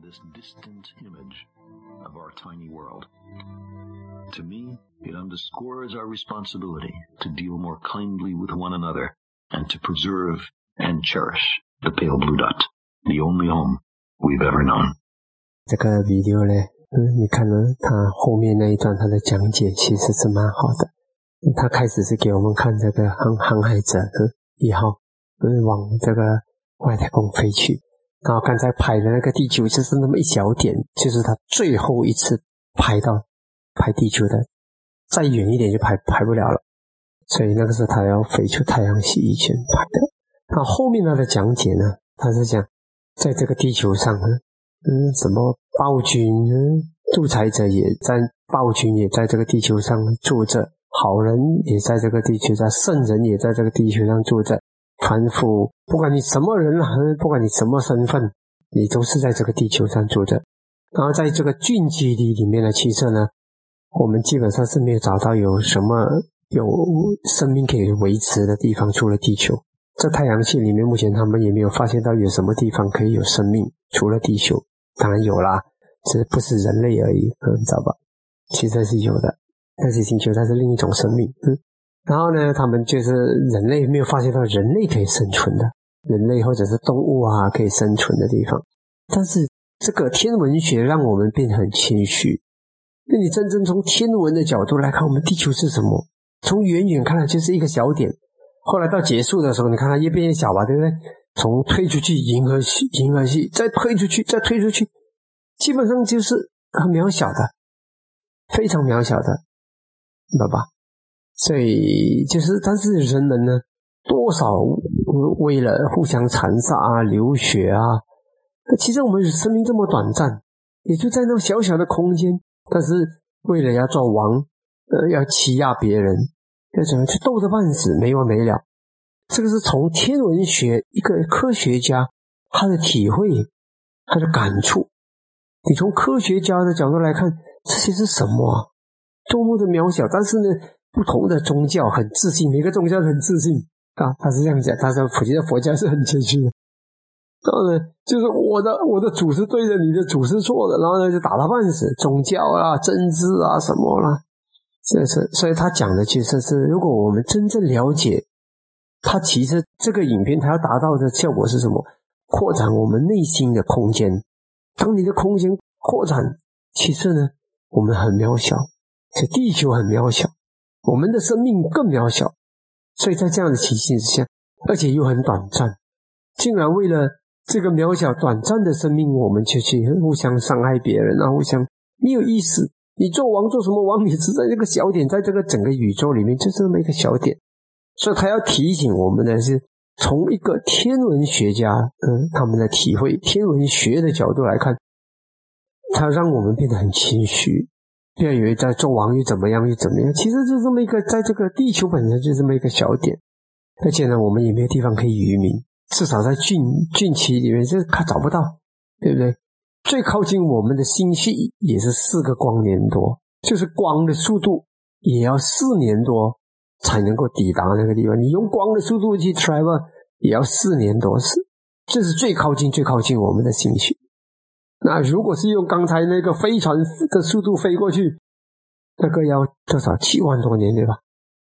this distant image of our tiny world. To me, it underscores our responsibility to deal more kindly with one another and to preserve and cherish the pale blue dot, the only home we've ever known. 这个 video 呢，你看呢，它后面那一段它的讲解其实是蛮好的。它开始是给我们看这个航海者1号往这个外太空飞去，然后刚才拍的那个地球就是那么一小点，就是他最后一次拍地球的，再远一点就拍不了了，所以那个时候他要飞出太阳系一圈拍的。那后面他的讲解呢，他是讲在这个地球上呢，什么暴君独裁者也在，暴君也在这个地球上住着，好人也在这个地球上，圣人也在这个地球上住着，凡夫不管你什么人不管你什么身份，你都是在这个地球上住着。然后在这个近距离里面的其实呢，我们基本上是没有找到有什么有生命可以维持的地方，除了地球。在太阳系里面，目前他们也没有发现到有什么地方可以有生命，除了地球。当然有啦，只不是人类而已，你知道吧？其实是有的，但是星球它是另一种生命。然后呢，他们就是人类没有发现到人类可以生存的，人类或者是动物啊可以生存的地方。但是这个天文学让我们变得很谦虚，因为你真正从天文的角度来看，我们地球是什么？从远远看来就是一个小点，后来到结束的时候，你看它越变越小吧，对不对？从推出去银河系，再推出去，再推出去，基本上就是很渺小的，非常渺小的，明白吧？所以就是，但是人们呢，多少为了互相残杀啊、流血啊，其实我们生命这么短暂，也就在那小小的空间，但是为了要做王，要欺压别人，要怎么去斗得半死，没完没了。这个是从天文学一个科学家他的体会，他的感触。你从科学家的角度来看，这些是什么啊？多么的渺小，但是呢，不同的宗教很自信，每个宗教很自信啊，他是这样讲，他说普及的佛教是很谦虚的。然后呢，就是我的主是对的，你的主是错的，然后呢就打他半死，宗教啊、政治啊什么啦，所以他讲的其实是，如果我们真正了解，他其实这个影片他要达到的效果是什么？扩展我们内心的空间。当你的空间扩展，其实呢，我们很渺小，所以地球很渺小，我们的生命更渺小。所以在这样的情形之下，而且又很短暂，竟然为了这个渺小短暂的生命，我们就去互相伤害别人啊，互相没有意思。你做王做什么王？你只在这个小点，在这个整个宇宙里面就这么一个小点。所以他要提醒我们的是，从一个天文学家他们的体会，天文学的角度来看，他让我们变得很谦虚，不要以为在做王又怎么样，其实就这么一个，在这个地球本身就这么一个小点，而且呢，我们也没有地方可以渔民，至少在近期里面是找不到，对不对？最靠近我们的星系也是4个光年多，就是光的速度也要4年多才能够抵达那个地方，你用光的速度去 travel 也要4年多，这是最靠近我们的星系。那如果是用刚才那个飞船的速度飞过去，那个要多少？7万多年，对吧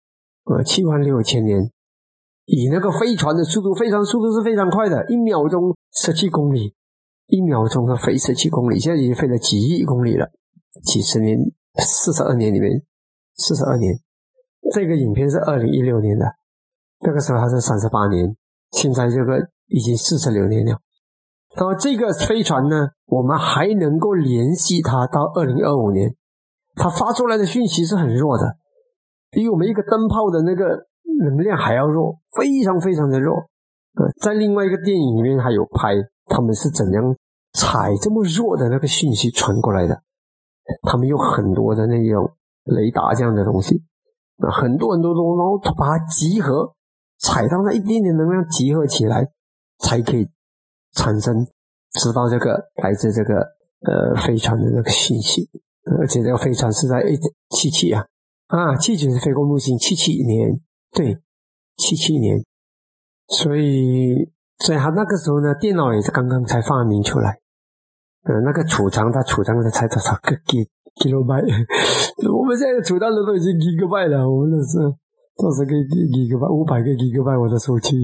？76000年。以那个飞船的速度，飞船速度是非常快的，1秒钟17公里，1秒钟它飞17公里，现在已经飞了几亿公里了，几十年，42年里面，42年。这个影片是2016年的，那个时候它是38年，现在这个已经46年了。然后这个飞船呢，我们还能够联系它到2025年，它发出来的讯息是很弱的，比我们一个灯泡的那个能量还要弱，非常非常的弱。在另外一个电影里面还有拍他们是怎样采这么弱的那个讯息传过来的，他们有很多的那种雷达这样的东西，很多东西，然后把它集合，采到那一点点能量集合起来，才可以产生知道这个来自这个飞船的那个信息。而且这个飞船是在7779是飞过木星，77年，对，77年。所以他那个时候呢，电脑也是刚刚才发明出来， 那个储藏它储藏的才多少个 kilobyte， 我们现在储藏的都已经 gigabyte 了，我们的是多少个 gigabyte，500个 gigabyte 我的手机。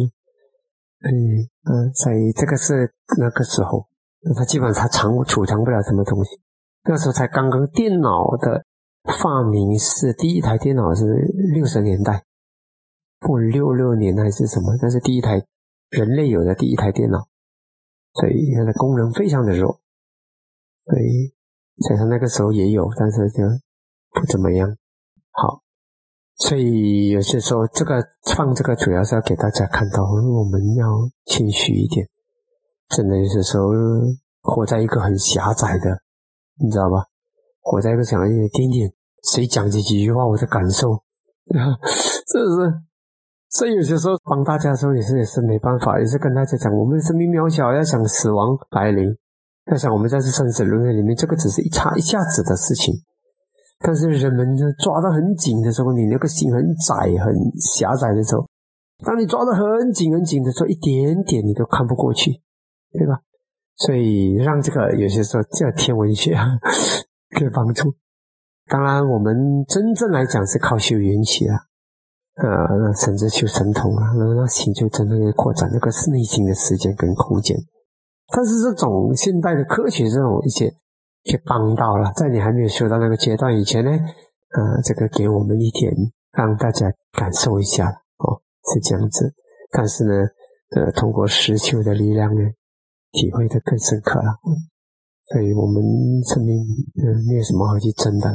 所以这个是那个时候，它基本上储藏不了什么东西。那时候才刚刚电脑的发明是第一台电脑是60年代，不66年还是什么，但是第一台人类有的第一台电脑，所以它的功能非常的弱，所以它那个时候也有，但是就不怎么样。好，所以有些时候放这个主要是要给大家看到我们要谦虚一点，真的有些时候活在一个很狭窄的，你知道吧？活在一个想一点点，谁讲这几句话我的感受，是不是？所以有些时候帮大家的时候也是没办法，也是跟大家讲我们的生命渺小，要想死亡来临，要想我们在这生死轮回里面，这个只是一下子的事情。但是人们抓得很紧的时候，你那个心很窄很狭窄的时候，当你抓得很紧很紧的时候，一点点你都看不过去，对吧？所以让这个有些时候这个天文学可以帮助。当然我们真正来讲是靠修缘起啦，甚至修神通啦，那心就真的会扩展，那个是内心的时间跟空间。但是这种现代的科学这种一些可以帮到了，在你还没有修到那个阶段以前呢，这个给我们一点让大家感受一下是这样子。但是呢通过实修的力量呢，体会得更深刻了。所以我们生命没有什么好去争的了。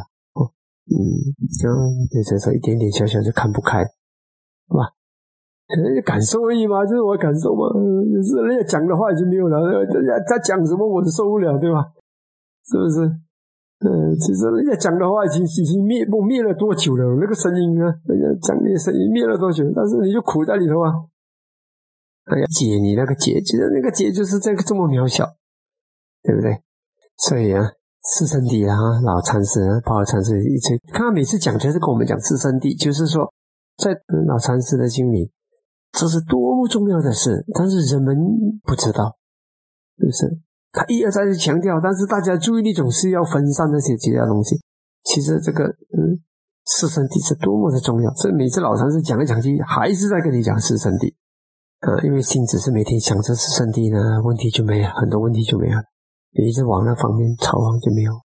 有些时候一点点小小就看不开，是吧？感受而已嘛，就是我感受嘛。就是人家讲的话已经没有了，他讲什么我是受不了，对吧？是不是？其实人家讲的话已经灭了多久了？那个声音呢？人家讲那些声音灭了多久？但是你就苦在里头啊！解你那个解，其实那个解就是这么渺小，对不对？所以四圣谛老禅师宝禅师一直看他每次讲就是跟我们讲四圣谛，就是说在老禅师的经里，这是多么重要的事，但是人们不知道，是不是？他一而再的强调，但是大家注意力总是要分散那些其他东西。其实这个四圣谛是多么的重要，所以每次老禅师讲来讲去还是在跟你讲四圣谛。因为心只是每天想着四圣谛呢，问题就没了，很多问题就没有了，你一直往那方面朝往就没有。